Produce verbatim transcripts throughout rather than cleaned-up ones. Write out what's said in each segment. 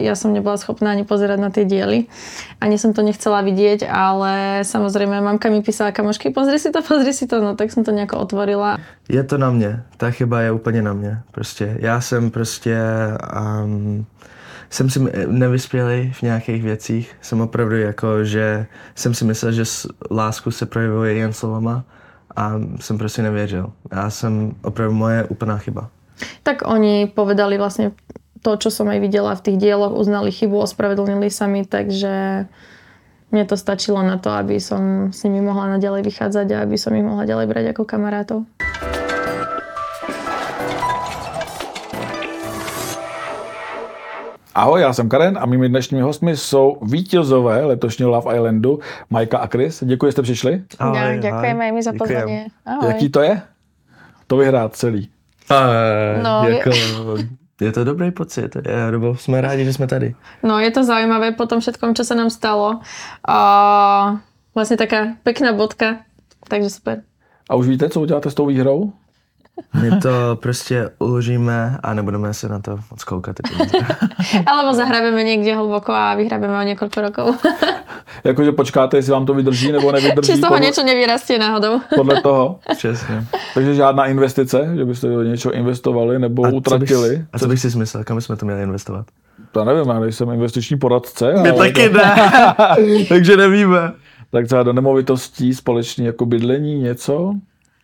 Ja som nebola schopná ani pozerať na tie diely. Ani som to nechcela vidieť, ale samozrejme mamka mi písala, kamošky, pozri si to, pozri si to, no tak som to nejako otvorila. Je to na mě, ta chyba je úplně na mě. Prostě já jsem prostě, um, jsem si nevyspělý v nějakých věcích. Jsem opravdu jako, že jsem si myslel, že lásku se projevuje jen slovama a jsem prostě nevěřil. Já jsem opravdu moje úplná chyba. Tak oni povedali vlastne to, čo som aj videla v tých dieloch, uznali chybu, ospravedlnili sa mi, takže mne to stačilo na to, aby som s nimi mohla naďalej vychádzať a aby som ich mohla ďalej brať ako kamarátov. Ahoj, já jsem Karen a mými dnešními hostmi jsou vítězové letošního Love Islandu, Majka a Chris. Děkuji, že jste přišli. Ahoj, ja, ďakujeme aj my za pozvanie. Ahoj. Jaký to je? To vyhrát celý. Uh, No, jako, je... je to dobrý pocit, je, nebo jsme rádi, že jsme tady. No, je to zaujímavé po tom všetkom, čo sa nám stalo. A vlastne taká pekná bodka, takže super. A už víte, co uděláte s tou výhrou? My to prostě uložíme a nebudeme se na to moc koukat. Alebo zahrabeme niekde hlboko a vyhrabeme o niekoľko rokov. Jakože počkáte, jestli vám to vydrží nebo nevydrží. Či z toho podle... niečo nevyrastie náhodou. Podle toho. Přesně. Takže žádná investice, že byste do něčeho investovali nebo a utratili. Co bych, a co bych si smyslel, kam bychom to měli investovat? To nevím, já nejsem investiční poradce. My taky to... ne, takže nevíme. Tak třeba do nemovitostí, společně jako bydlení, něco?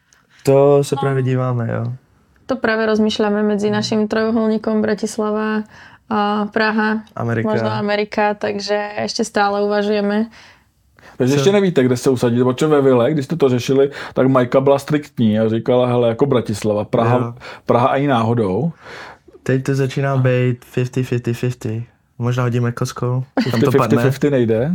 To se právě díváme, jo. To práve rozmýšľame medzi našim trojuholníkom Bratislava, a Praha, Amerika. možno Amerika, takže ešte stále uvažujeme. Takže ještě nevíte, kde se usadit, protože ve Vile, když jste to řešili, tak Majka byla striktní a říkala, hele, jako Bratislava, Praha, Praha ani náhodou. Teď to začíná být padesát padesát padesát. Možná hodíme kostkou, tam to padne. padesát padesát nejde.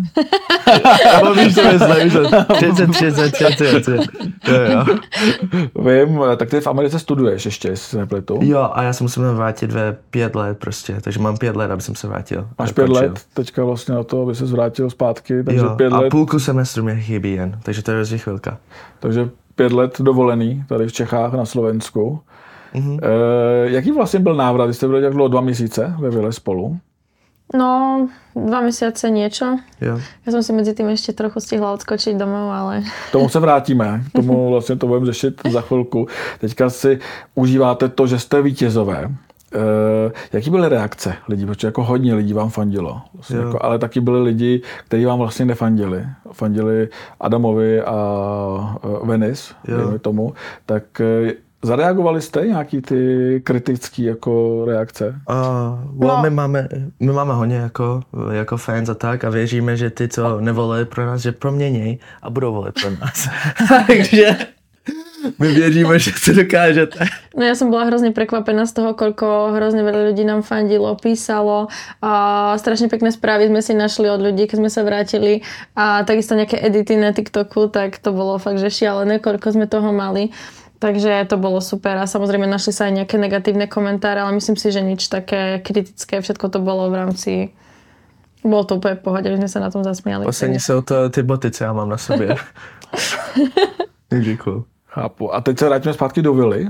Ale víš, co myslím, že třicet třicet třicet. Jo, jo. Vím, tak ty v Americe studuješ ještě, jestli se nepletu. Jo, a já se musím vrátit ve pět let prostě, takže mám pět let, aby jsem se vrátil. Máš pět let teďka vlastně na to, aby se vrátil zpátky, takže jo, pět a let. půlku semestru mě chybí jen, takže to je hrozně chvilka. Takže pět let dovolený tady v Čechách na Slovensku. Mhm. E, jaký vlastně byl návrat? Vy jste byli jak dlouho, dva měsíce ve Vile spolu? No, dva mesiace niečo. Jo. Ja som si medzi tým ešte trochu stihla odskočiť domov, ale... K tomu se vrátíme, k tomu vlastně to budeme řešit za chvilku. Teďka si užíváte to, že jste vítězové. E, jaký byly reakce lidí? Protože jako hodně lidí vám fandilo. Vlastně jako, ale taky byli lidi, kteří vám vlastně nefandili. Fandili Adamovi a Venice, dejme tomu. Tak zareagovali jste nějaký ty kritické jako reakce? Uh, well, no. my, máme, my máme hodně jako, jako fans a tak a věříme, že ty, co nevolili pro nás, že proměněj a budou volit pro nás. Takže my věříme, že to dokážete. No ja som bola hrozne prekvapená z toho, koľko hrozne veľa ľudí nám fandilo, písalo. A strašne pekné správy sme si našli od ľudí, keď sme sa vrátili. A takisto nejaké edity na TikToku, tak to bolo fakt, že šialené, koľko sme toho mali. Takže to bolo super a samozrejme našli sa aj nejaké negatívne komentáre, ale myslím si, že nič také kritické, všetko to bolo v rámci... Bolo to úplne v pohode, že sme sa na tom zasmiali. Poslední jsou to ty boty, co já mám na sobě. Děkuju. Chápu. A teď se vrátíme zpátky do Vily.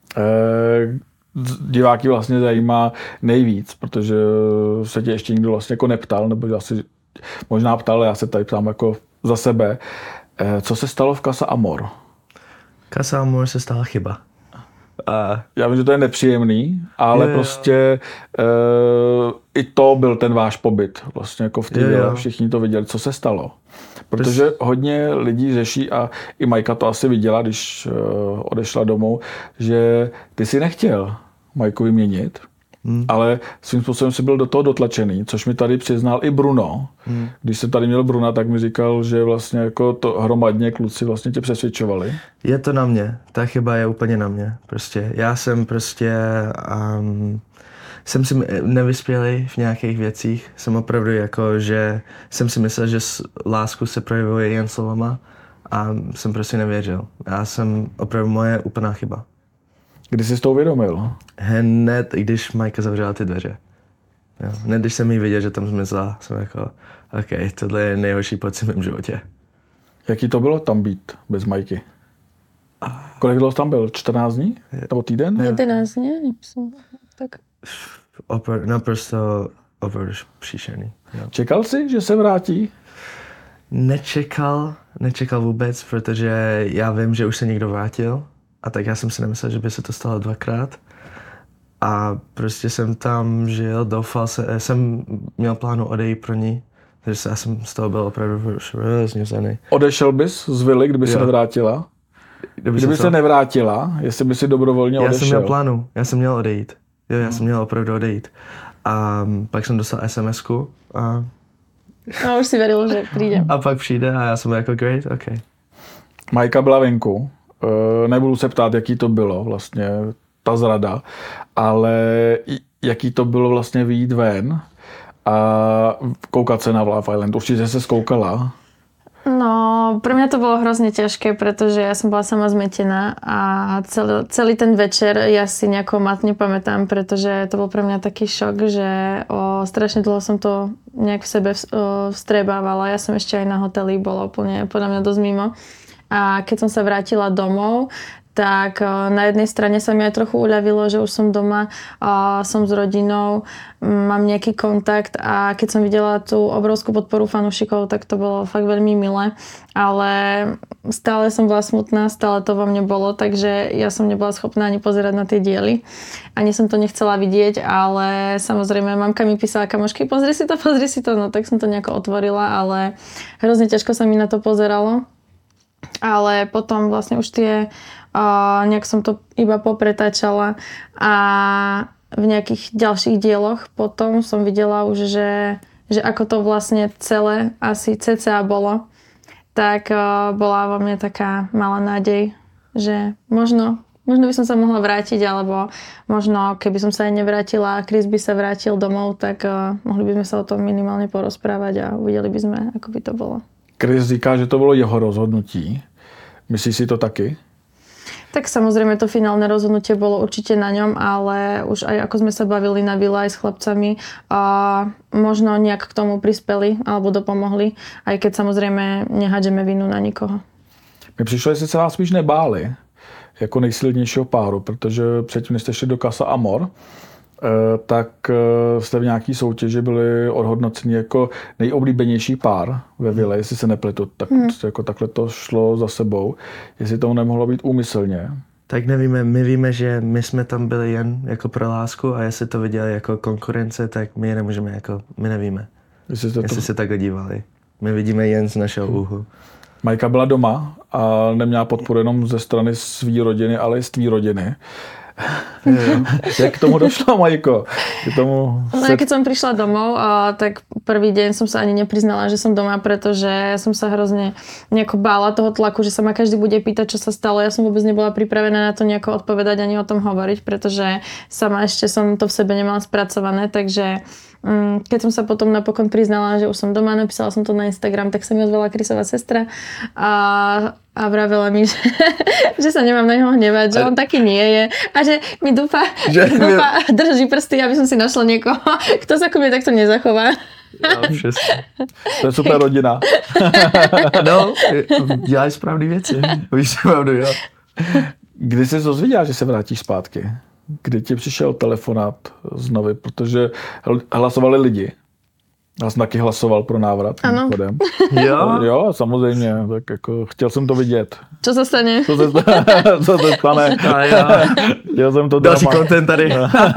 E, diváky vlastně zajímá nejvíc, protože se tě ještě nikdo vlastně jako neptal, nebo asi možná ptal, já se tady ptám jako za sebe. E, co se stalo v Casa Amor? Casa Amor se stala chyba. A já vím, že to je nepříjemný, ale je, prostě e, i to byl ten váš pobyt. Vlastně jako v té Vile všichni to viděli, co se stalo. Protože Prs... hodně lidí řeší a i Majka to asi viděla, když e, odešla domů, že ty si nechtěl Majku vyměnit, hmm. ale svým způsobem si byl do toho dotlačený, což mi tady přiznal i Bruno. Hmm. Když jsem tady měl Bruna, tak mi říkal, že vlastně jako to hromadně kluci vlastně tě přesvědčovali. Je to na mě, ta chyba je úplně na mě. Prostě já jsem prostě um, jsem si nevyspělý v nějakých věcích. Jsem opravdu jako, že jsem si myslel, že lásku se projevuje jen slovama a jsem prostě nevěřil. Já jsem opravdu moje úplná chyba. Kdy jsi to uvědomil? Hned, když Majka zavřela ty dveře. Jo. Hned, když jsem jí viděl, že tam zmizela, jsem jako, OK, tohle je nejhorší pocit v mém životě. Jaký to bylo tam být bez Majky? Kolik dlouho tam byl? čtrnáct dní? Nebo týden? jedenáct dní, myslím. Tak. Opr- naprosto opravdu příšerný. Jo. Čekal jsi, že se vrátí? Nečekal, nečekal vůbec, protože já vím, že už se někdo vrátil a tak já jsem si nemyslel, že by se to stalo dvakrát. A prostě jsem tam žil, doufal se, jsem měl plánu odejít pro ní, takže já jsem z toho byl opravdu hrozně vzaný. Odešel bys z vily, kdyby jo. se nevrátila? Kdyby, kdyby se, se nevrátila, jestli by si dobrovolně já odešel? Já jsem měl plánu, já jsem měl odejít. Jo, já hmm. jsem měl opravdu odejít. A pak jsem dostal SMSku a... A už si věřil, že přijde. A pak přijde a já jsem jako great, ok. Majka byla venku, nebudu se ptát, jaký to bylo vlastně, ta zrada, ale jaký to bylo vlastně vyjít ven a koukat se na Love Island. Určitě se zkoukala. No, pre mňa to bolo hrozne ťažké, pretože ja som bola sama zmetená a celý, celý ten večer ja si nejako matne pamätám, pretože to bol pre mňa taký šok, že o, strašne dlho som to nejak v sebe vstrebávala. Ja som ešte aj na hoteli, bola úplne podľa mňa dosť mimo. A keď som sa vrátila domov, tak na jednej strane sa mi aj trochu uľavilo, že už som doma, som s rodinou, mám nejaký kontakt a keď som videla tú obrovskú podporu fanúšikov, tak to bolo fakt veľmi milé. Ale stále som bola smutná, stále to vo mne bolo, takže ja som nebola schopná ani pozerať na tie diely. Ani som to nechcela vidieť, ale samozrejme mamka mi písala, kamošky, pozri si to, pozri si to, no tak som to nejako otvorila, ale hrozne ťažko sa mi na to pozeralo. Ale potom vlastne už tie Uh, nejak som to iba popretáčala a v nejakých ďalších dieloch potom som videla už, že, že ako to vlastne celé asi cca bolo, tak uh, bola vo mne taká malá nádej, že možno, možno by som sa mohla vrátiť, alebo možno keby som sa aj nevrátila a Chris by sa vrátil domov, tak uh, mohli by sme sa o tom minimálne porozprávať a uvideli by sme, ako by to bolo. Chris říká, že to bylo jeho rozhodnutí. Myslíš si to taky? Tak samozrejme to finálne rozhodnutie bolo určite na ňom, ale už aj ako sme sa bavili na vile aj s chlapcami, a možno nejak k tomu prispeli alebo dopomohli, aj keď samozrejme nehádžeme vinu na nikoho. Mi přišlo, že se vás spíš nebáli jako nejsilnějšího páru, protože předtím, než jste šli do Casa Amor, tak jste v nějaký soutěži byli odhodnoceni jako nejoblíbenější pár ve vile, jestli se nepletu, tak hmm. jako takhle to šlo za sebou. Jestli to nemohlo být úmyslně. Tak nevíme, my víme, že my jsme tam byli jen jako pro lásku a jestli to viděli jako konkurence, tak my je nemůžeme jako, my nevíme. Jestli, to... jestli se takhle dívali. My vidíme jen z našeho úhlu. Majka byla doma a neměla podporu jenom ze strany svý rodiny, ale i z tvý rodiny. Jak k tomu došlo, Majko? K tomu no, se... Keď som prišla domov, tak prvý deň som sa ani nepriznala, že som doma, pretože som sa hrozne nejako bála toho tlaku, že sa ma každý bude pýtať, čo sa stalo. Ja som vôbec nebola pripravená na to nejako odpovedať ani o tom hovoriť, pretože sama ešte som to v sebe nemala spracované, takže keď som sa potom napokon priznala, že už som doma, napísala som to na Instagram, tak sa mi ozvala Chrisová sestra a, a vravela mi, že, že sa nemám na neho hnevať, že on taký nie je a že mi dúfa, že dúfa drží prsty, aby som si našla niekoho, kto sa ku mne takto nezachová. No, přesně. To je super rodina. No, děláš správný věci. Víš pravdu, jo. Kdy jsi dozvěděla, že se vrátíš zpátky? Kdy ti přišel telefonát znovu, protože hlasovali lidi. Já jsem taky hlasoval pro návrat. Ano. Jo? Jo, samozřejmě. Tak jako chtěl jsem to vidět. Co se stane? Co se, co se stane? A jo. Chtěl jsem to Další drama. content tady.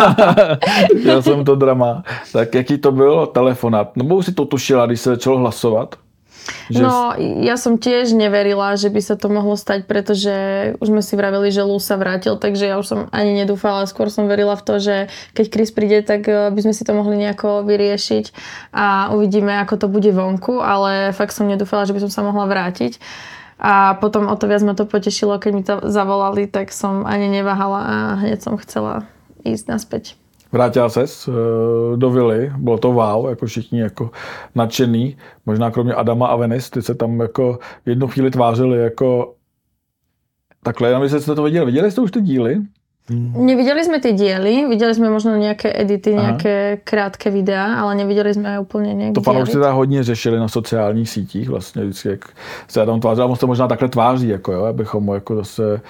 Chtěl jsem to drama. Tak jaký to byl telefonát? Nebo si to tušila, když se začalo hlasovat? Že... No, ja som tiež neverila, že by sa to mohlo stať, pretože už sme si vraveli, že Lou sa vrátil, takže ja už som ani nedúfala, skôr som verila v to, že keď Chris príde, tak by sme si to mohli nejako vyriešiť a uvidíme, ako to bude vonku, ale fakt som nedúfala, že by som sa mohla vrátiť. A potom o to viac ma to potešilo, keď mi to zavolali, tak som ani neváhala a hneď som chcela ísť naspäť. Vrátila ses do vily, bylo to wow, jako všichni jako nadšený, možná kromě Adama a Venice, ty se tam jako v jednu chvíli tvářili jako takhle, jenom jestli jste to viděli. Viděli jste už ty díly? Mm. Nevideli sme tie diely, videli sme možno nejaké edity, nejaké Aha. krátke videá, ale nevideli sme úplne nejak To fanoušci teda hodně řešili na sociálních sítích, vlastně vždycky, jak se Adam tvářil, a on se možná takhle tváří, jako jo, abychom mu jako zase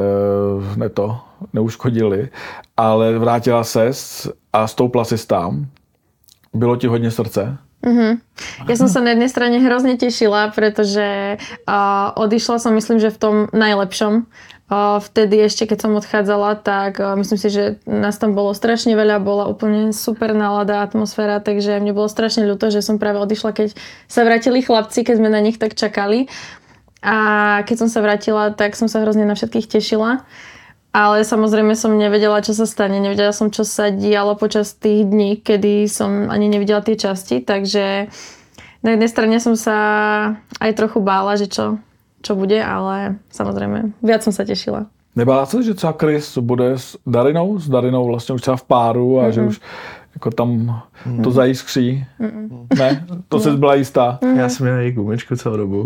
uh, ne to, neuškodili, ale vrátila ses a stoupla si tam. Bylo ti hodně srdce? Uh-huh. Ja som sa na jednej strane hrozne tešila, pretože uh, odišla som, myslím, že v tom najlepšom. Uh, vtedy ešte, keď som odchádzala, tak uh, myslím si, že nás tam bolo strašne veľa, bola úplne super nálada, atmosféra, takže mne bolo strašne ľúto, že som práve odišla, keď sa vrátili chlapci, keď sme na nich tak čakali. A keď som sa vrátila, tak som sa hrozne na všetkých tešila. Ale samozrejme som nevedela, čo sa stane. Nevedela som, čo sa dialo počas tých dní, kedy som ani nevidela tie časti. Takže na jednej strane som sa aj trochu bála, že čo, čo bude, ale samozrejme viac som sa tešila. Nebála se, že třeba Chris bude s Darinou? S Darinou vlastně už třeba v páru a mm-hmm. že už jako tam mm-hmm. to zajiskří? Mm-hmm. Ne? To jsi byla jistá? Mm-hmm. Já jsem měla její gumičku celou dobu.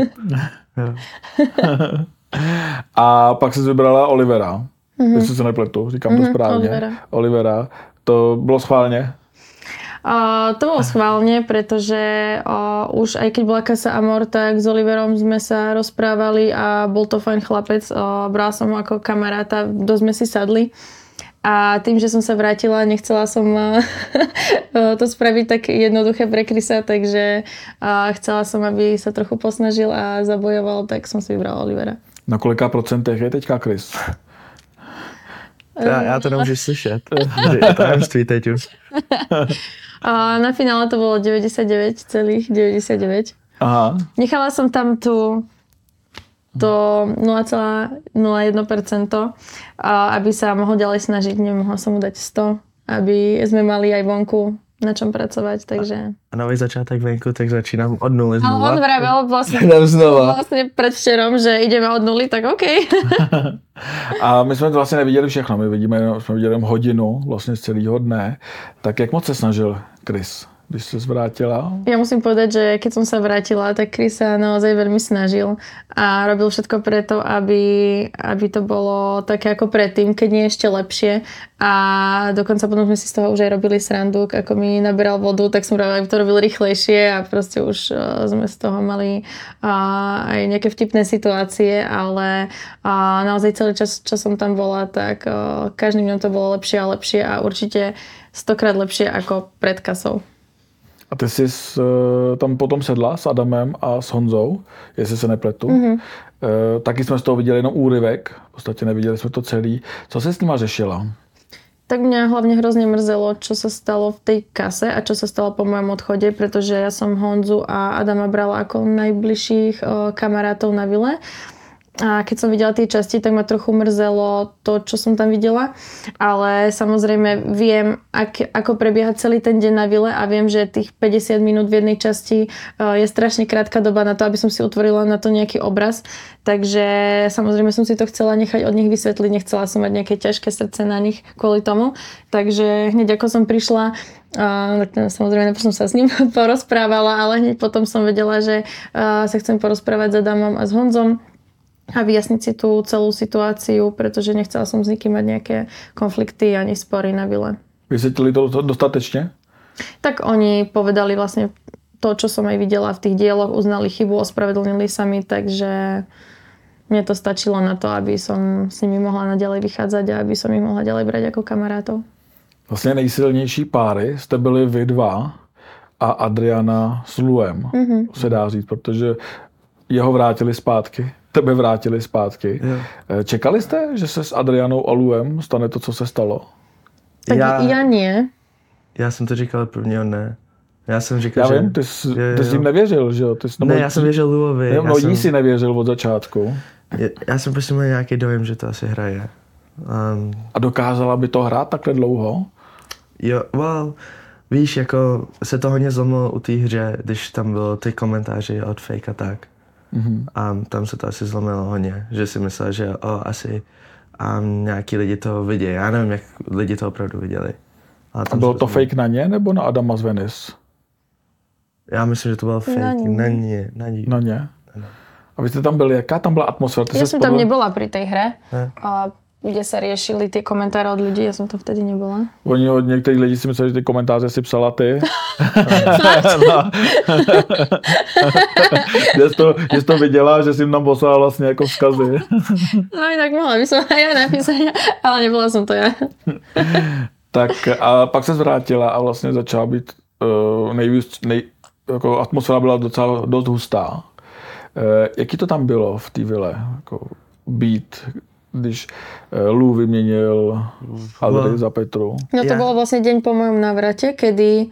A pak jsi vybrala Olivera. Mm-hmm. Jestli se nepletu, říkám mm-hmm, to správně. Olivera. Olivera. To bylo schválně? Uh, to bolo schválne, pretože uh, už aj keď bola Casa Amor, tak s Oliverom sme sa rozprávali a bol to fajn chlapec. Uh, brala som ho ako kamaráta, dosť sme si sadli. A tým, že som sa vrátila, nechcela som uh, to spraviť tak jednoduché pre Chrisa, takže uh, chcela som, aby sa trochu posnažil a zabojoval, tak som si vybrala Olivera. Na kolika procentech je teďka Chris? Já, já to nemůžu slyšet. Je tajemství teď už. Na finále to bolo deväťdesiatdeväť celá deväťdesiatdeväť. Aha. Nechala som tam tu to nula celá nula jedna percento, aby sa mohol ďalej snažiť. Nemohla som mu dať sto, aby sme mali aj vonku na čom pracovať, takže... A nový začátek venku, tak začínam od nuly znova. Ale on vravel vlastne, vlastne predvčerom, že ideme od nuly, tak OK. A my jsme to vlastně neviděli všechno, my vidíme, jsme viděli jenom hodinu vlastně z celého dne. Tak jak moc se snažil Chris, když se vrátila? Ja musím povedať, že keď som sa vrátila, tak Chris sa naozaj veľmi snažil a robil všetko preto, aby, aby to bolo také ako predtým, keď nie ešte lepšie. A dokonca potom sme si z toho už aj robili srandu, ako mi naberal vodu, tak som pravila, aby to robil rýchlejšie a proste už uh, sme z toho mali uh, aj nejaké vtipné situácie, ale uh, naozaj celý čas, čo som tam bola, tak uh, každým dňom to bolo lepšie a lepšie a určite stokrát lepšie ako pred kasou. A ty jsi s, tam potom sedla s Adamem a s Honzou, jestli se nepletu. Mm-hmm. E, taky jsme z toho viděli jenom úryvek, v podstatě neviděli jsme to celý. Co se s nima řešila? Tak mňa hlavne hrozne mrzelo, čo sa stalo v tej kase a čo sa stalo po mojom odchode, pretože ja som Honzu a Adama brala ako najbližších kamarátov na vile. A keď som videla tie časti, tak ma trochu mrzelo to, čo som tam videla. Ale samozrejme viem, ak, ako prebieha celý ten deň na vile a viem, že tých päťdesiat minút v jednej časti je strašne krátka doba na to, aby som si utvorila na to nejaký obraz. Takže samozrejme som si to chcela nechať od nich vysvetliť. Nechcela som mať nejaké ťažké srdce na nich kvôli tomu. Takže hneď ako som prišla, Uh, tak samozrejme najprv som sa s ním porozprávala, ale hneď potom som vedela, že uh, sa chcem porozprávať s Adamom a s Honzom a vyjasniť si tú celú situáciu, pretože nechcela som s nikým mať nejaké konflikty ani spory na vile. Vysvetlili to dostatečne? Tak oni povedali vlastne to, čo som aj videla v tých dieloch, uznali chybu, ospravedlnili sa mi, takže mne to stačilo na to, aby som s nimi mohla naďalej vychádzať a aby som ich mohla ďalej brať ako kamarátov. Vlastně nejsilnější páry jste byli vy dva a Adriana s Luem, mm-hmm. se dá říct, protože jeho vrátili zpátky, tebe vrátili zpátky. Yeah. Čekali jste, že se s Adrianou a Luem stane to, co se stalo? Tak já, já nie. Já jsem to říkal prvního dne. Já jsem říkal, já že... vím, ty jsi, ty jsi jim nevěřil, že jo? Ty jsi ne, já jsem věřil Luovi. No, jsem... jí si nevěřil od začátku. Já, já jsem prostě měl nějaký dojem, že to asi hraje. Um... A dokázala by to hrát takhle dlouho? Jo, well, víš, jako se to hodně zlomilo u té hře, když tam bylo ty komentáře od fake a tak. Mm-hmm. A tam se to asi zlomilo hodně, že si myslel, že o, asi um, nějaký lidi to vidějí. Já nevím, jak lidi to opravdu viděli. A bylo to, to fake na ně, nebo na Adama z Venice? Já myslím, že to bylo fake na ně. Na ně. Na ně. Na ně. A vy jste tam byli, jaká tam byla atmosféra? Ja som tam nebola pri tej hre. A kde sa riešili tie komentáre od ľudí, ja som to vtedy nebola. Oni od některých lidí si mysleli, že ty komentáře si psala ty. no. že, jsi to, že jsi to viděla, že jsi jim tam poslala vlastně jako vzkazy. No tak mohla by som aj ja napísať, ale nebola som to ja. Tak a pak se zvrátila a vlastně začala být uh, nejvíc, nej, jako atmosféra byla docela dost hustá. Uh, jaký to tam bylo v té vile? Jako být, když uh, Lou vyměnil Adri za Petru? No to ja. bolo vlastne deň po mojom návrate, kedy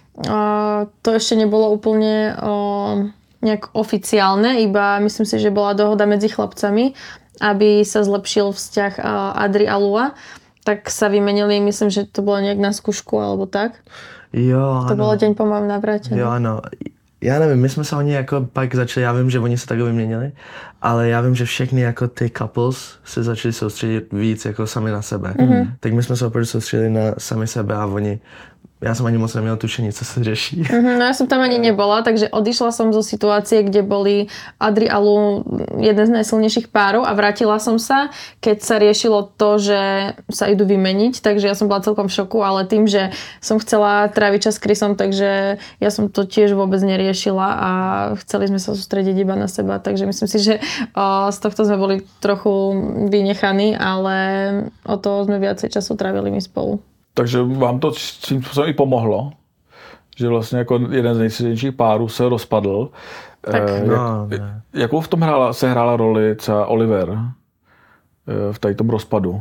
uh, to ešte nebolo úplne uh, nejak oficiálne, iba myslím si, že bola dohoda medzi chlapcami, aby sa zlepšil vzťah uh, Adri a Lua. Tak sa vymenili, myslím, že to bolo nejak na skúšku alebo tak. Jo, To ano. bylo deň po mém návrate. Jo, ano. Já nevím, my jsme se oni jako pak začali, já vím, že oni se takhle vyměnili, ale já vím, že všechny jako ty couples se začali soustředit víc jako sami na sebe. Mm-hmm. Tak my jsme se opravdu soustředili na sami sebe a oni, já jsem ani moc neměl tušení, co se řeší. Mm-hmm, no ja som tam ani nebola, takže odišla som zo situácie, kde boli Adri a Lou jeden z najsilnejších párov a vrátila som sa, keď sa riešilo to, že sa idú vymeniť, takže ja som bola celkom v šoku, ale tým, že som chcela tráviť čas s Chrisom, takže ja som to tiež vôbec neriešila a chceli sme sa sústrediť iba na seba, takže myslím si, že o, z tohto sme boli trochu vynechaní, ale o to sme viacej času trávili my spolu. Takže vám to svým způsobem i pomohlo, že vlastně jako jeden z nejsilnějších párů se rozpadl. Tak. Eh, No, jak, ne. jakou v tom hrála, se hrála roli třeba Oliver eh, v tady tom rozpadu?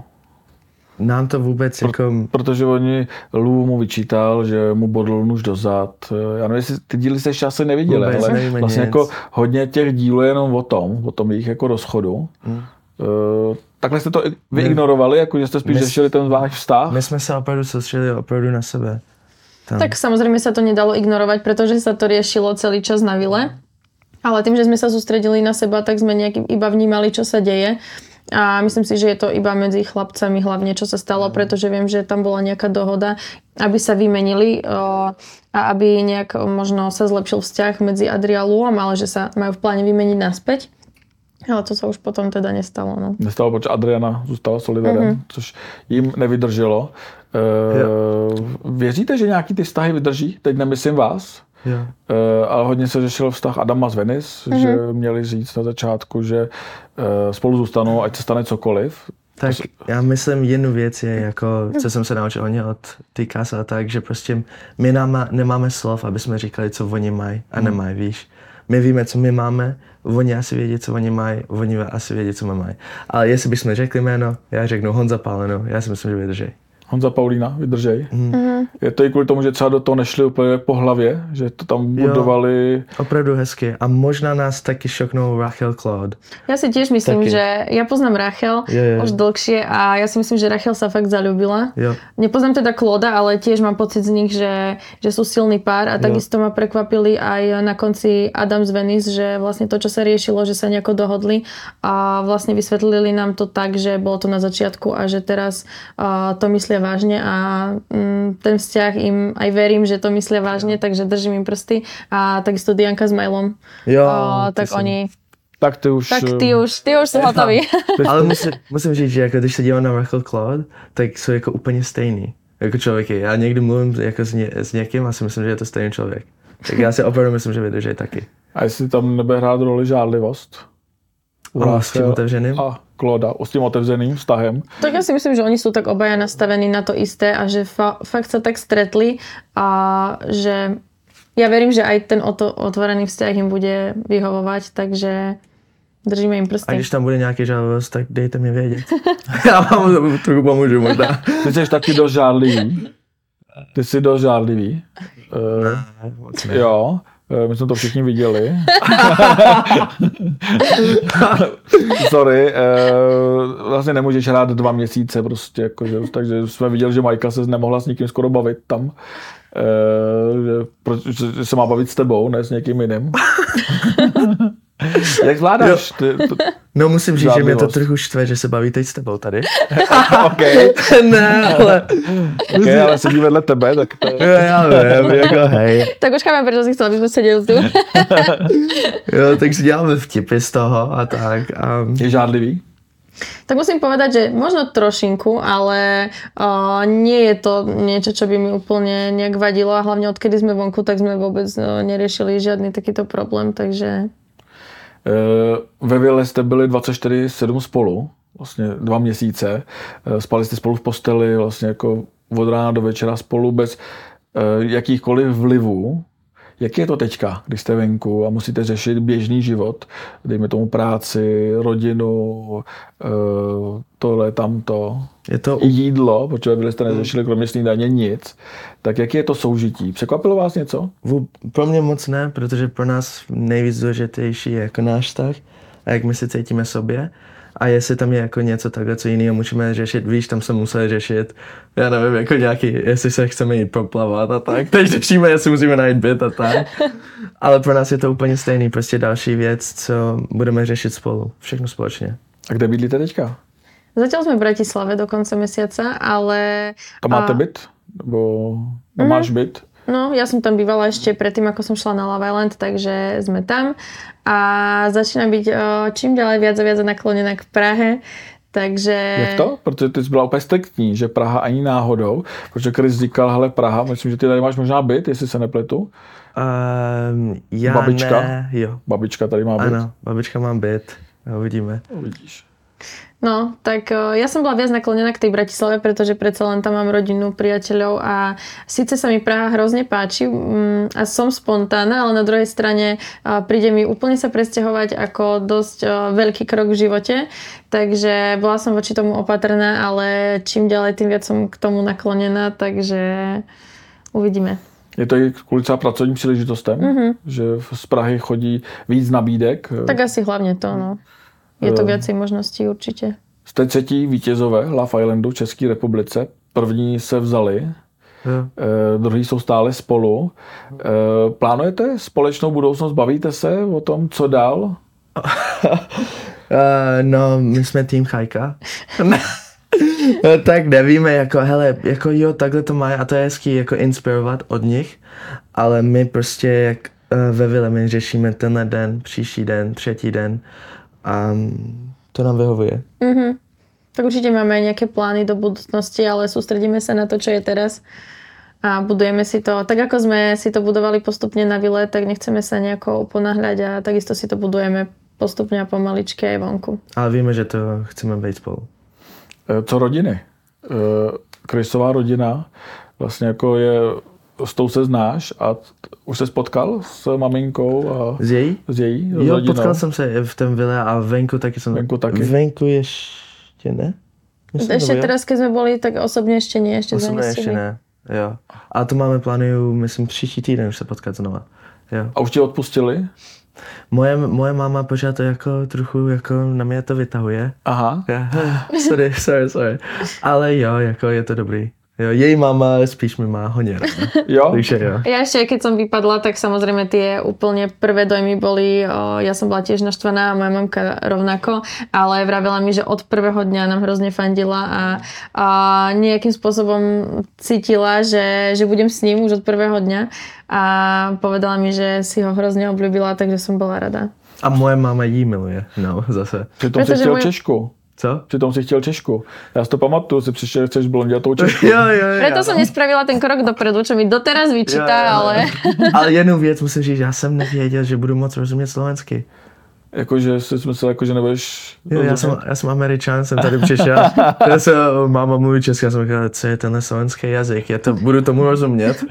Nám to vůbec Pro, jako... Protože oni, Lou mu vyčítal, že mu bodl nůž do zad. Já nevím, jestli ty díly jste ještě asi neviděli, Vůbec ale nevíme vlastně nic. jako hodně těch dílů je jenom o tom, o tom jejich jako rozchodu. Hmm. Eh, takhle jste to vyignorovali, jako že jste spíš My- řešili ten váš vztah? My jsme se opravdu soustředili opravdu na sebe. Tam. Tak samozrejme sa to nedalo ignorovať, pretože sa to riešilo celý čas na vile. Ale tým, že sme sa sústredili na seba, tak sme nejak iba vnímali, čo sa deje. A myslím si, že je to iba medzi chlapcami hlavne, čo sa stalo, pretože viem, že tam bola nejaká dohoda, aby sa vymenili o, a aby nejak možno sa zlepšil vzťah medzi Adri a Luom, ale že sa majú v pláne vymeniť naspäť. Ale to sa už potom teda nestalo. No. Nestalo, protože Adriana zůstala s Oliverem, mm-hmm. což jim nevydrželo. E, věříte, že nějaký ty vztahy vydrží? Teď nemyslím vás, Jo. e, ale hodně se řešil vztah Adama s Venice, mm-hmm. že měli říct na začátku, že e, spolu zůstanou, ať se stane cokoliv. Tak to, já myslím, jednu věc je, jako, co jsem se naučil oni od té kasy a tak, že prostě my náma, nemáme slov, aby jsme říkali, co oni mají a nemají, víš. My víme, co my máme, oni asi vědí, co oni mají, oni asi vědí, co my mají. Ale jestli bychom řekli jméno, já řeknu Honza Páleno, já si myslím, že vydrží. Honza Paulína, vydržej. Mm. Je to i kvůli tomu, že třeba do toho nešli úplně po hlavě, že to tam budovali... Opravdu hezky. A možná nás taky šoknou Rachel Claude. Ja si tiež myslím, Taky. že ja poznám Rachel Jo, jo. už dlhšie a ja si myslím, že Rachel sa fakt zaľúbila. Jo. Nepoznám teda Clauda, ale tiež mám pocit z nich, že, že sú silný pár a takisto ma prekvapili aj na konci Adam z Venice, že vlastne to, čo sa riešilo, že sa nejako dohodli a vlastne vysvetlili nám to tak, že bolo to na začiatku a že teraz uh, to myslia vážne a mm, ten vzťah im aj verím, že to myslia vážne, takže držím im prsty a takisto Dianka s Majlom. Jo, uh, tak jsem... oni... Tak ty už... Tak ty už, ty už sú hotoví. Ale musím, musím říct, že jako, když se dívám na Rachel Claude, tak jsou jako úplně stejný. Jako člověky. Já někdy mluvím jako s, ně, s někým a si myslím, že je to stejný člověk. Tak já si opravdu myslím, že vydrží taky. A jestli tam nebude hrát roli žádlivost? O, s tím otevřeným? A Kloda, s tím otevřeným vztahem. Tak ja si myslím, že oni sú tak obaja nastavení na to isté a že fa- fakt sa tak stretli a že ja verím, že aj ten oto- otvorený vzťah im bude vyhovovať, takže držíme im A prsty. když tam bude nějaký žádost, tak dejte mi vědět. Já vám trochu pomůžu možná. Ty jsi taky dost žádlivý. Ty jsi dost žádlivý. Uh, Ne, moc ne. jo, uh, my jsme to všichni viděli. Sorry, uh, vlastně nemůžeš hrát dva měsíce prostě, jakože, takže jsme viděli, že Majka se nemohla s nikým skoro bavit tam. Uh, že, proč, že se má bavit s tebou, ne s někým jiným. Jak zvládáš? Ty, to, No musím říct, že mě to žádlivost. trochu štve, že se baví teď s tebou tady. okay. Ne, ale... okay, ale sedí vedle tebe, tak to Jo, já vím, jako hej. Tak už chápem, prečo si chcel, aby sme sedeli tu. Jo, tak si děláme vtipy z toho a tak. A... je žádlivý. Tak musím povedať, že možno trošinku, ale uh, nie je to niečo, čo by mi úplne nejak vadilo a hlavne odkedy sme vonku, tak sme vôbec uh, neriešili žiadny takýto problém, takže... Ve Vile jste byli dvacet čtyři sedm spolu, vlastně dva měsíce. Spali jste spolu v posteli, vlastně jako od rána do večera spolu bez jakýchkoliv vlivů. Jak je to teďka, když jste venku a musíte řešit běžný život, dejme tomu práci, rodinu, tohle, tamto, je to i jídlo, protože vy jste neřešili kromě snídaně nic, tak jak je to soužití? Překvapilo vás něco? Pro mě moc ne, protože pro nás nejvíc důležitější je jako náš vztah a jak my si cítíme sobě. A jestli tam je jako něco takhle, co jiného můžeme řešit, víš, tam se museli řešit, já nevím, jako nějaký, jestli se chceme jít proplavat a tak, teď řešíme, jestli musíme najít byt a tak. Ale pro nás je to úplně stejný, prostě další věc, co budeme řešit spolu, všechno společně. A kde bydlíte teďka? Zatiaľ sme v Bratislave do konca mesiaca, ale... To máte a... byt? Nebo no, máš mm. byt? No, ja som tam bývala ešte predtým, ako som šla na Love Island, takže sme tam. A začína byť o, čím ďalej viac a viac naklonená k Prahe. Takže... Jak to? Protože ty jsi byla úplně striktní, že Praha ani náhodou. Protože Chris říkal, hele Praha, myslím, že ty tady máš možná byt, jestli se nepletu. Um, já babička? Ne, jo. Babička tady má byt. Ano, babička má byt. Uvidíme. Uvidíš. No, tak ja som bola viac naklonená k tej Bratislave, pretože predsa len tam mám rodinu, priateľov a síce sa mi Praha hrozne páči a som spontánna, ale na druhej strane príde mi úplne sa presťahovať ako dosť veľký krok v živote, takže bola som voči tomu opatrná, ale čím ďalej, tým viac som k tomu naklonená, takže uvidíme. Je to i kvůli třeba pracovním příležitostem, mm-hmm. že z Prahy chodí víc nabídek? Tak asi hlavne to, no. Je to viacej možností určitě. Jste třetí vítězové Love Islandu v České republice. První se vzali, yeah. eh, druhý jsou stále spolu. Eh, plánujete společnou budoucnost? Bavíte se o tom, co dál? uh, no, my jsme tým Chajka. Tak nevíme, jako hele, jako jo, takhle to mají a to je hezký jako inspirovat od nich, ale my prostě jak uh, ve Vile my řešíme tenhle den, příští den, třetí den. A to nám vyhovuje. Mm-hmm. Tak určite máme aj nejaké plány do budúcnosti, ale sústredíme sa na to, čo je teraz a budujeme si to. Tak ako sme si to budovali postupne na Vile, tak nechceme sa nejako uponáhľať a takisto si to budujeme postupne a pomaličky aj vonku. Ale víme, že to chceme být spolu. Co rodiny? Chrisová rodina vlastně jako je... S tou se znáš a už se spotkal s maminkou a s její? S její jo, rodinou. Potkal jsem se v tom Vile a venku taky jsem... Venku taky? Venku ještě ne? Myslím, ešte teraz, keď sme boli, tak osobně ještě nie, ještě osobně ještě ne, jo. A to máme plánuju, myslím, příští týden už se potkat znova. Jo. A už ti odpustili? Moje, moje máma pořád to jako trochu jako na mě to vytahuje. Aha. sorry, sorry, sorry. Ale jo, jako je to dobrý. Jo, jej máma spíš mi má hodně ráda. Jo? Takže jo. Ja ešte, keď som vypadla, tak samozrejme tie úplne prvé dojmy boli, o, ja som bola tiež naštvaná a moja mamka rovnako, ale vravela mi, že od prvého dňa nám hrozne fandila a, a nejakým spôsobom cítila, že, že budem s ním už od prvého dňa a povedala mi, že si ho hrozne obľúbila, takže som bola rada. A moje máma jí miluje, no, zase. Přitom si chtěl moje... Češku. Co? Přitom si chtěl Češku. Já si to pamatuju, si přišel, chceš blondět tou Češku. jo, jo, jo, Preto som nespravila ten krok dopredu, čo mi doteraz vyčítá, jo, jo. ale... ale jednu věc musím říct, já jsem nevěděl, že budu moc rozumět slovensky. Jakože jsi myslel, jako, že nebudeš... Jo, já, jsem, já jsem Američan, jsem tady přišel. Já jsem, máma mluví česky, já jsem říkal, co je tenhle slovenský jazyk, já to, budu tomu rozumět.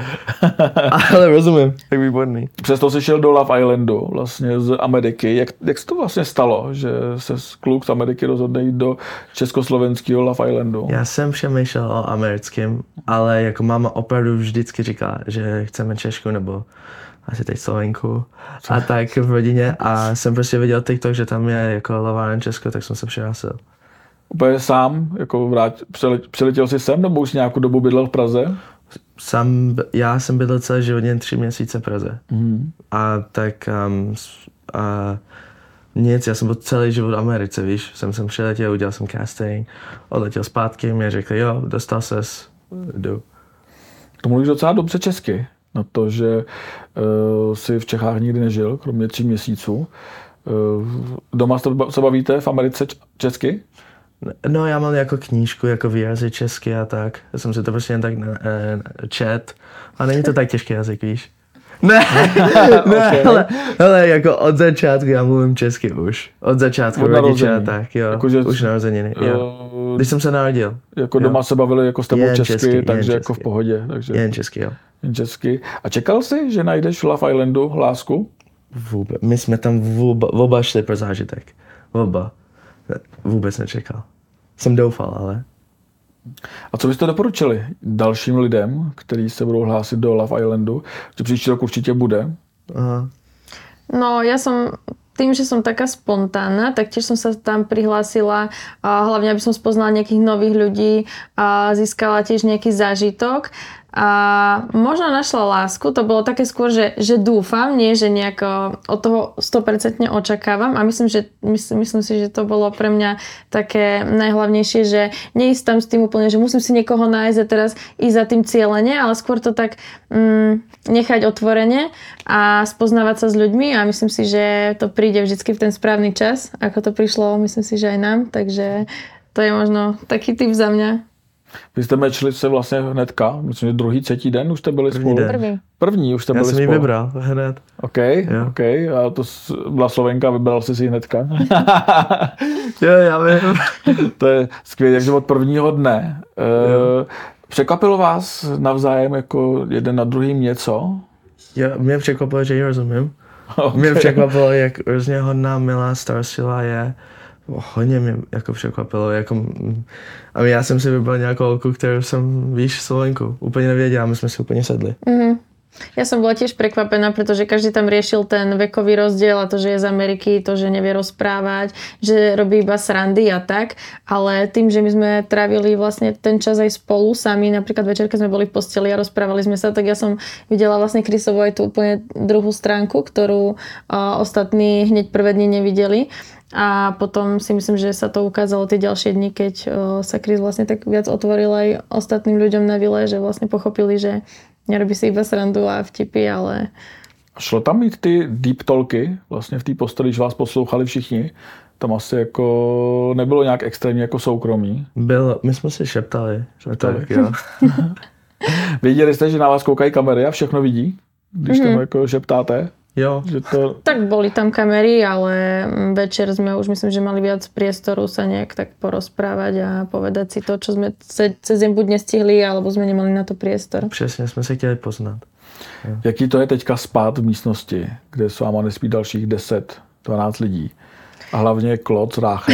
Ale rozumím, tak výborný. Přesto jsi šel do Love Islandu, vlastně z Ameriky. Jak, jak se to vlastně stalo, že se kluk z Ameriky rozhodne jít do československého Love Islandu? Já jsem přemýšlel o americkém, ale jako máma opravdu vždycky říká, že chceme Češku nebo asi teď Slovenku a tak v rodině a jsem prostě viděl TikTok, že tam je jako Love Island Česko, tak jsem se přihlásil. Úplně sám, jako vrát, přiletěl jsi sem nebo už nějakou dobu bydlel v Praze? Sam, já jsem bydlel celý život jen tři měsíce v Praze mm. a tak um, a nic, já jsem byl celý život v Americe, víš, jsem sem přiletěl, udělal jsem casting, odletěl zpátky, mě řekli, jo, dostal ses, jdu. To mluvíš docela dobře česky. Na to, že uh, si v Čechách nikdy nežil, kromě tří měsíců. Uh, doma se bavíte v Americe česky? No, já mám jako knížku, jako výrazy česky a tak. Já jsem si to prostě jen tak uh, čet. A není to tak těžký jazyk, víš? Ne, ne, okay. hele, hele, jako od začátku já mluvím česky už. Od začátku od rodiče a tak, jo, jako, že už narozeniny, jo. Když jsem se narodil. Jako jo. Doma se bavili jako s tebou jen česky, česky, takže jako česky. v pohodě. Takže jen česky, jo. Jen česky. A čekal jsi, že najdeš v Love Islandu lásku? Vůbec. My jsme tam vůba, oba šli pro zážitek. Oba. Vůbec nečekal. Jsem doufal, ale... A co byste doporučili dalším lidem, kteří se budou hlásit do Love Islandu? Že příští rok určitě bude. Aha. No, ja som, tým, že som taká spontánna, tak tiež som sa tam prihlásila, a hlavne aby som spoznala nejakých nových ľudí a získala tiež nejaký zážitok. A možno našla lásku, to bolo také skôr, že, že dúfam, nie, že nejako od toho sto percent očakávam a myslím, že, myslím, myslím si, že to bolo pre mňa také najhlavnejšie, že neísť tam s tým úplne, že musím si niekoho nájsť a teraz ísť za tým cieľene, ale skôr to tak mm, nechať otvorene a spoznávať sa s ľuďmi a myslím si, že to príde vždycky v ten správny čas, ako to prišlo, myslím si, že aj nám, takže to je možno taký tip za mňa. Vy jste mečli se vlastně hnedka, myslím, že druhý, třetí den už jste byli První spolu. den. První. První už jste Já byli jsem spolu. ji vybral hned. OK, OK. A to byla Slovenka, vybral jsi si ji hnedka. Jo, já vím. To je skvělé, takže od prvního dne. E, překvapilo vás navzájem jako jeden na druhým něco? Jo, mě překvapilo, že ji rozumím. Okay. Mě překvapilo, jak hrozně hodná, milá, starostlivá je. Hodně mě jako překvapilo. Jako, a já jsem si vybral nějakou holku, kterou jsem, víš, Slovenku. Úplně nevěděla, my jsme si úplně sedli. Mm-hmm. Ja som bola tiež prekvapená, pretože každý tam riešil ten vekový rozdiel a to, že je z Ameriky, to, že nevie rozprávať, že robí iba srandy a tak, ale tým, že my sme trávili vlastne ten čas aj spolu sami, napríklad večer, keď sme boli v posteli a rozprávali sme sa, tak ja som videla vlastne Chrisovu aj tú úplne druhú stránku, ktorú uh, ostatní hneď prvé dni nevideli. A potom si myslím, že sa to ukázalo tie ďalšie dni, keď uh, sa Chris vlastne tak viac otvoril aj ostatným ľuďom na vile, že vlastne pochopili, že nerobí si iba srandu a vtipy, ale... Šlo tam mít ty deep talky vlastně v té posteli, když vás poslouchali všichni? Tam asi jako nebylo nějak extrémně jako soukromí. Bylo, my jsme si šeptali. šeptali. Tak, jo. Věděli jste, že na vás koukají kamery a všechno vidí? Když mm-hmm. tam jako šeptáte? Jo. Že to... Tak boli tam kamery, ale večer sme už myslím, že mali viac priestoru sa nejak tak porozprávať a povedať si to, čo sme cez deň buď nestihli, alebo sme nemali na to priestor. Přesně, jsme se chtěli poznat. Jo. Jaký to je teďka spát v místnosti, kde s váma nespí dalších deset dvanáct lidí? A hlavně Kloc, Ráchel.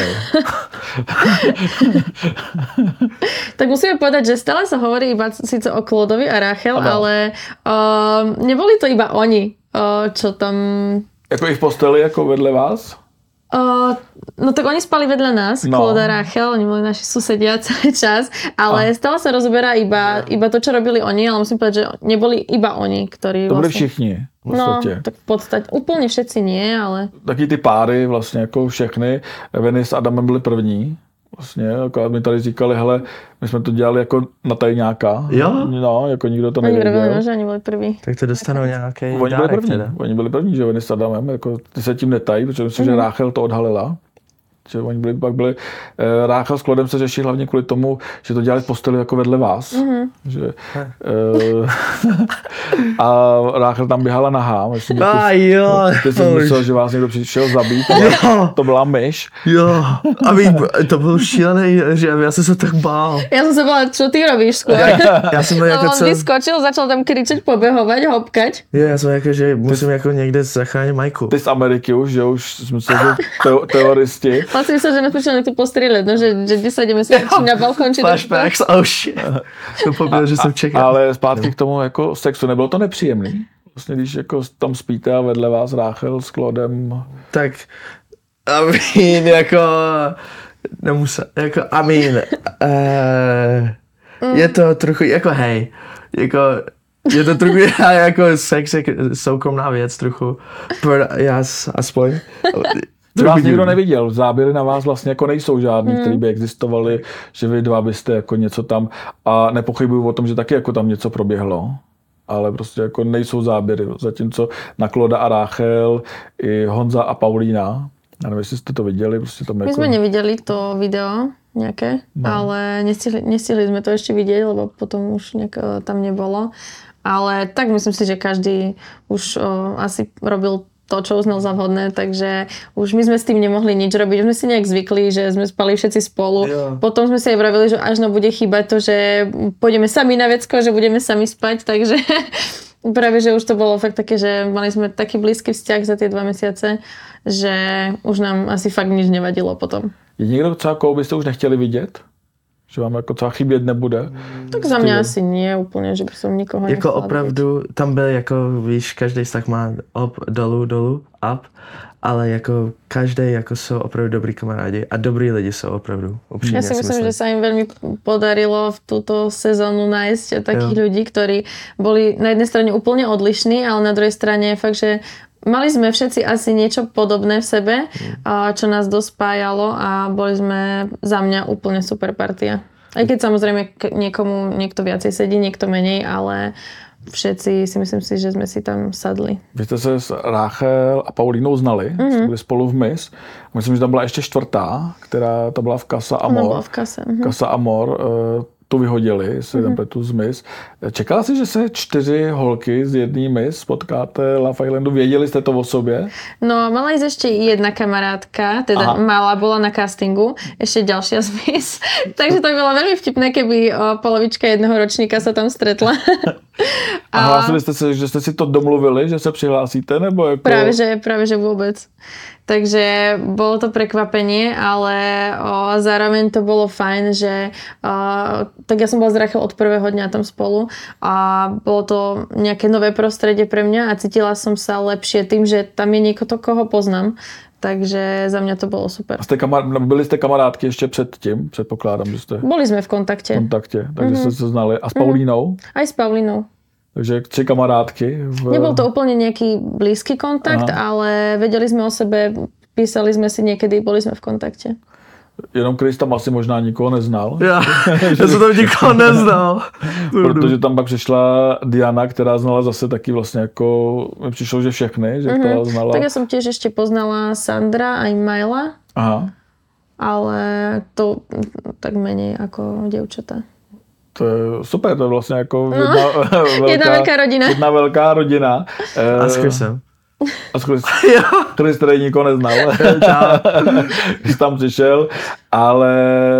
Tak musíme povedať, že stále sa hovorí iba síce o Klodovi a Ráchel, ano. Ale uh, neboli to iba oni, uh, čo tam... Jako i v posteli, jako vedle vás? Uh, no tak oni spali vedľa nás, no. Klod a Ráchel, oni boli naši susedia celý čas, ale a. stále sa rozoberá iba, iba to, čo robili oni, ale musím povedať, že neboli iba oni, ktorí to byli vlastne... všichni. No, tak v podstate úplne všetci nie, ale... Taky ty páry vlastně jako všechny. Veny s Adamem byli první. Vlastně, jako mi tady říkali, hele, my jsme to dělali jako na tajňáka. Jo? No, jako nikdo to oni nevěděl. Oni vravili, že oni byli prví. Tak to dostanou nějaký Oni byli dárek první, teda. oni byli první, že Veny s Adamem, jako ty se tím netají, protože myslím, mm-hmm. že Ráchel to odhalila. Že oni byli, pak byli, e, Ráchel s Klodem se řeší hlavně kvůli tomu, že to dělali v posteli jako vedle vás. Mm-hmm. Že, e, a Ráchel tam běhala nahá. Myslím, a ty, jo. Ty jsi myslel, že vás někdo přišel zabít, ale to byla myš. Jo, a ví, to byl šílený, že já jsem se tak bál. Ja som sa bola, čo ty robíš skôr? Já jsem no, jako on co... vyskočil, začal tam kričet, pobehovať, hopkať. Jo, já jsem jako, že musím jako někde zachránit Majku. Ty z Ameriky už, že už jsme se teo, teoristi. On si myslel, že nás prišiel niekto postrieľať, no, že, že kde sa ideme či na balkón, či Flashbacks, oh shit. To pobyl, že jsem čekal. Ale zpátky k tomu jako sexu, nebylo to nepříjemný? Vlastně, když jako tam spíte a vedle vás Ráchel s Klodem. Tak, I mean, jako, nemusel, jako, I mean, uh, mm. je to trochu, jako hej, jako, je to trochu jako sex, jako soukromná věc trochu, pro, já aspoň. Vás nikdo neviděl, záběry na vás vlastně jako nejsou žádný, hmm. který by existovaly, že vy dva byste jako něco tam a nepochybuju o tom, že taky jako tam něco proběhlo, ale prostě jako nejsou záběry, zatímco na Kloda a Ráchel i Honza a Paulína, já nevím, jestli jste to viděli, prostě tam jako... My sme nevideli to video nejaké, no. Ale nestihli, nestihli sme to ešte vidieť, lebo potom už nejak tam nebolo, ale tak myslím si, že každý už o, asi robil to, čo uznal za vhodné, takže už my sme s tým nemohli nič robiť. Už sme si nejak zvykli, že sme spali všetci spolu. Jo. Potom sme si aj vravili, že až no bude chýbať to, že pôjdeme sami na vecko, že budeme sami spať, takže práve, že už to bolo fakt také, že mali sme taký blízky vzťah za tie dva mesiace, že už nám asi fakt nič nevadilo potom. Je někdo třeba, koho byste už nechtěli vidět? Že vám jako třeba chybět nebude? Tak za mě asi nie úplně, že by som nikoho jako opravdu, vidět. Tam byl jako, víš, každý vztah má up, dolů, dolů, up, ale jako každý jako jsou opravdu dobrý kamarádi a dobrý lidi jsou opravdu. Upřímně, ja si myslím, že sa im veľmi podarilo v túto sezónu nájsť takých jo. ľudí, ktorí boli na jednej strane úplne odlišní, ale na druhej strane fakt, že mali sme všetci asi niečo podobné v sebe, čo nás dospájalo a boli sme za mňa úplne super partia. Aj keď samozrejme niekomu niekto viacej sedí, niekto menej, ale všetci si myslím si, že jsme si tam sadli. Vy jste se s Ráchel a Paulínou znali, mm-hmm. byli spolu v Miss. Myslím, že tam byla ještě čtvrtá, která ta byla v Casa Amor. Ona byla v Kase. Mm-hmm. Casa Amor, tu vyhodili, si mm-hmm. pletu z Miss. Čekala jsi, že se čtyři holky z jedné Miss potkáte Love Islandu? Věděli jste to o sobě? No, mala ísť ešte jedna kamarádka, teda Aha. malá bola na castingu, ešte ďalšia z Miss. Takže to by bolo veľmi vtipné, keby polovička jedného ročníka sa tam stretla. A, a hlásili jste se, že jste si to domluvili, že se přihlásíte, nebo jako... Práve, že, práve, že vôbec. Takže bolo to prekvapenie, ale o, zároveň to bolo fajn, že o, tak ja som bola s Rachel od prvého dňa tam spolu a bolo to nejaké nové prostredie pre mňa a cítila som sa lepšie tým, že tam je niekto, koho poznám. Takže za mňa to bolo super. A jste kamar- byli jste kamarádky ještě předtím? Předpokládám, že jste... Boli sme v kontakte. V kontakte, takže mm-hmm. jste se znali. A s Paulínou? Mm-hmm. Aj s Paulínou. Takže tři kamarádky. V... Nebol to úplne nejaký blízky kontakt, Aha. ale vedeli sme o sebe, písali sme si niekedy, boli sme v kontakte. Jenom Chris tam asi možná nikoho neznal. Já, já jsem tam nikoho neznal. Protože tam pak přišla Diana, která znala zase taky vlastně jako, mi přišlo, že všechny, že mm-hmm. to znala. Tak já jsem tiež ešte poznala Sandra a Majla. Aha. Ale to tak menej ako dievčatá. To je super, to je vlastně jako no, jedna, velká, jedna velká rodina. Jedna velká rodina. A s Chrisem. A s Chris, Chris tady nikoho neznal. Když tam přišel, ale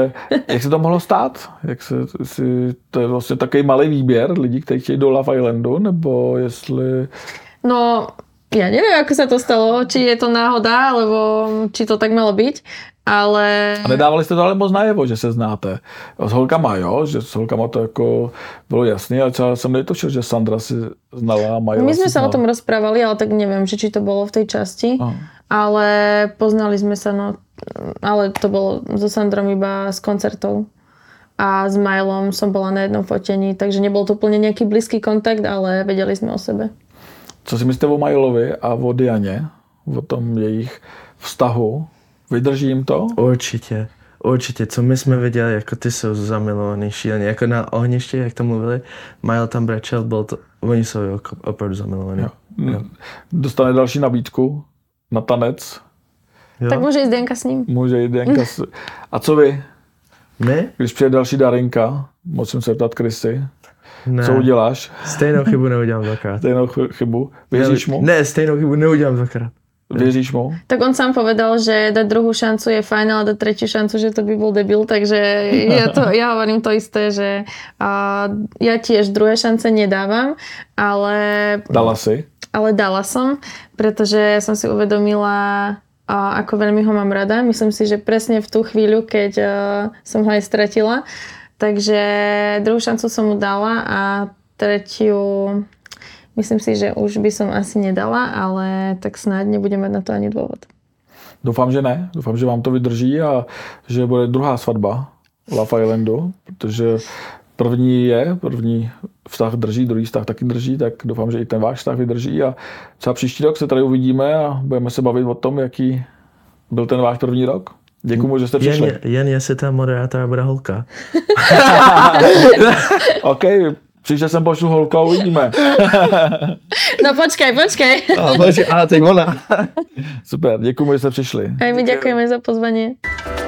jak se to mohlo stát? Jak se, si, to je vlastně takový malý výběr lidí, kteří chtějí do Love Islandu, nebo jestli... No, ja neviem, ako sa to stalo, či je to náhoda, alebo či to tak malo byť, ale... A nedávali jste to ale moc najevo, že se znáte. S holkama, jo, že s holkama to jako bylo jasné, ale třeba jsem netušil, že Sandra si znala a Maja. My sme sa o tom rozprávali, ale tak neviem, že či to bolo v tej časti, Aha. ale poznali sme sa, no, ale to bolo so Sandrom iba z koncertov. A s Majlom som bola na jednom fotení, takže nebol to úplne nejaký blízky kontakt, ale vedeli sme o sebe. Co si myslíte o Majlovi a o Dianě? O tom jejich vztahu? Vydrží jim to? Určitě. Určitě. Co my jsme viděli, jako ty jsou zamilovaný šíleně. Jako na ohništi, jak to mluvili, Majl tam brečel, byl to, oni jsou opravdu zamilovaní. Jo. Jo. Dostane další nabídku na tanec. Jo. Tak může jít Dianka s ním. Může jít Dianka s... A co vy? My? Když přijde další Darinka, musím se ptát Chrisy. Ne. Co uděláš? Stejnou chybu neudělám dvakrát. Stejnou chybu? Věříš mu? Ne, stejnou chybu neudělám dvakrát. Věříš mu? Tak on sám povedal, že dať druhú šancu je fajn, ale dať tretiu šancu, že to by bol debil, takže ja, to, ja hovorím to isté, že uh, ja tiež druhé šance nedávam, ale... Dala si? Ale dala som, pretože som si uvedomila, uh, ako veľmi ho mám rada. Myslím si, že presne v tú chvíľu, keď uh, som ho aj stratila, takže druhú šancu som mu dala a tretiu... Myslím si, že už by som asi nedala, ale tak snáď nebudem mať na to ani dôvod. Doufám, že ne. Doufám, že vám to vydrží a že bude druhá svatba Love Islandu, protože první je, první vztah drží, druhý vztah taky drží, tak doufám, že i ten váš vztah vydrží a třeba příští rok se tady uvidíme a budeme se bavit o tom, jaký byl ten váš první rok. Děkuju, že jste přišli. Jen, jen jestli ta moderátora bude holka. OK. Příště sem pošlu holku a uvidíme. No počkej, počkej. A, počkej, a teď ona. Super, děkuji, že jste přišli. A my děkujeme za pozvání.